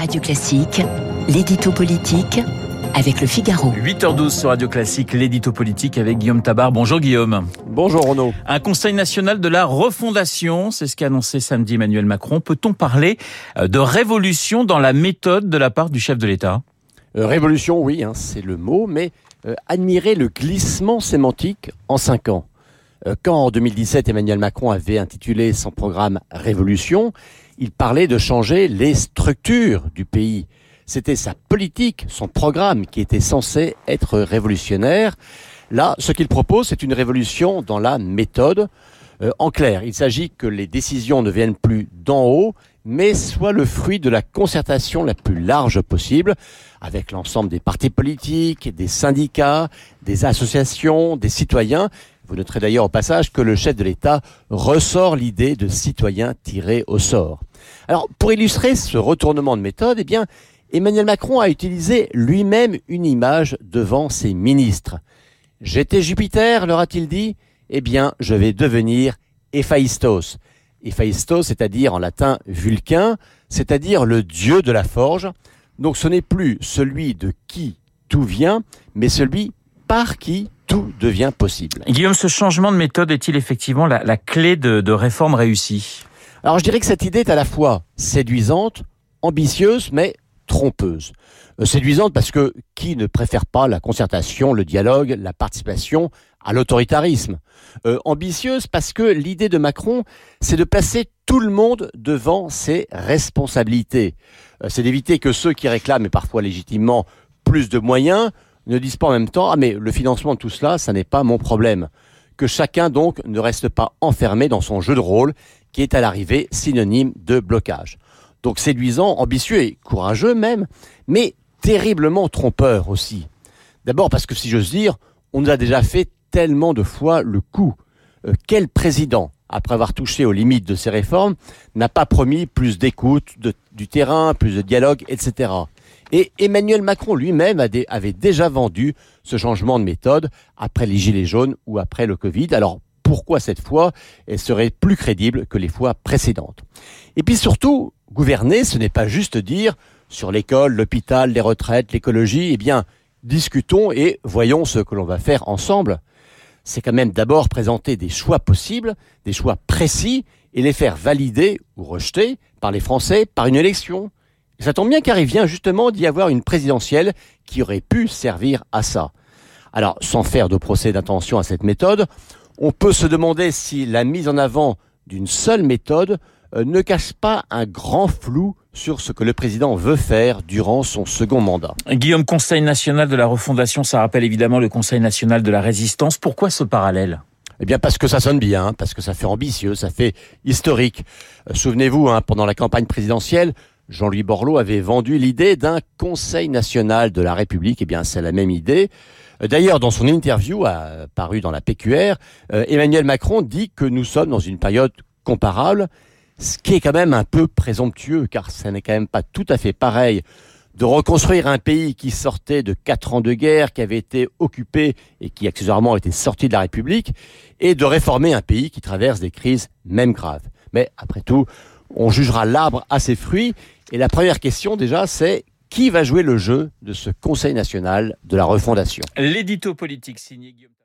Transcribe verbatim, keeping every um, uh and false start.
Radio Classique, l'édito politique avec Le Figaro. huit heures douze sur Radio Classique, l'édito politique avec Guillaume Tabar. Bonjour Guillaume. Bonjour Renaud. Un conseil national de la refondation, c'est ce qu'a annoncé samedi Emmanuel Macron. Peut-on parler de révolution dans la méthode de la part du chef de l'État ? euh, Révolution, oui, hein, c'est le mot, mais euh, admirez le glissement sémantique en cinq ans. Euh, quand en deux mille dix-sept, Emmanuel Macron avait intitulé son programme « Révolution », il parlait de changer les structures du pays. C'était sa politique, son programme qui était censé être révolutionnaire. Là, ce qu'il propose, c'est une révolution dans la méthode. Euh, en clair, il s'agit que les décisions ne viennent plus d'en haut, mais soient le fruit de la concertation la plus large possible, avec l'ensemble des partis politiques, des syndicats, des associations, des citoyens. Vous noterez d'ailleurs au passage que le chef de l'État ressort l'idée de citoyens tirés au sort. Alors, pour illustrer ce retournement de méthode, eh bien, Emmanuel Macron a utilisé lui-même une image devant ses ministres. « J'étais Jupiter, leur a-t-il dit, eh bien, je vais devenir Héphaïstos. » Héphaïstos, c'est-à-dire en latin Vulcain, c'est-à-dire le dieu de la forge. Donc ce n'est plus celui de qui tout vient, mais celui par qui tout devient possible. Guillaume, ce changement de méthode est-il effectivement la, la clé de, de réforme réussie ? Alors je dirais que cette idée est à la fois séduisante, ambitieuse, mais trompeuse. Euh, séduisante parce que qui ne préfère pas la concertation, le dialogue, la participation à l'autoritarisme ? euh, Ambitieuse parce que l'idée de Macron, c'est de placer tout le monde devant ses responsabilités. Euh, c'est d'éviter que ceux qui réclament, et parfois légitimement, plus de moyens, ne disent pas en même temps « Ah mais le financement de tout cela, ça n'est pas mon problème ». Que chacun donc ne reste pas enfermé dans son jeu de rôle qui est à l'arrivée synonyme de blocage. Donc séduisant, ambitieux et courageux même, mais terriblement trompeur aussi. D'abord parce que si j'ose dire, on nous a déjà fait tellement de fois le coup. Euh, quel président, après avoir touché aux limites de ses réformes, n'a pas promis plus d'écoute, de, du terrain, plus de dialogue, et cetera. Et Emmanuel Macron lui-même avait déjà vendu ce changement de méthode après les Gilets jaunes ou après le Covid. Alors pourquoi cette fois elle serait plus crédible que les fois précédentes ? Et puis surtout, gouverner, ce n'est pas juste dire sur l'école, l'hôpital, les retraites, l'écologie, eh bien, discutons et voyons ce que l'on va faire ensemble. C'est quand même d'abord présenter des choix possibles, des choix précis et les faire valider ou rejeter par les Français par une élection. Et ça tombe bien car il vient justement d'y avoir une présidentielle qui aurait pu servir à ça. Alors, sans faire de procès d'intention à cette méthode, on peut se demander si la mise en avant d'une seule méthode euh, ne cache pas un grand flou sur ce que le président veut faire durant son second mandat. Guillaume, Conseil national de la refondation, ça rappelle évidemment le Conseil national de la résistance. Pourquoi ce parallèle ? Eh bien parce que ça sonne bien, parce que ça fait ambitieux, ça fait historique. Euh, souvenez-vous, hein, pendant la campagne présidentielle, Jean-Louis Borloo avait vendu l'idée d'un Conseil national de la République. Eh bien, c'est la même idée. D'ailleurs, dans son interview euh, parue dans la P Q R, euh, Emmanuel Macron dit que nous sommes dans une période comparable, ce qui est quand même un peu présomptueux, car ça n'est quand même pas tout à fait pareil de reconstruire un pays qui sortait de quatre ans de guerre, qui avait été occupé et qui accessoirement était sorti de la République, et de réformer un pays qui traverse des crises même graves. Mais après tout, on jugera l'arbre à ses fruits. Et la première question déjà, c'est qui va jouer le jeu de ce Conseil national de la refondation ? L'édito politique signé Guillaume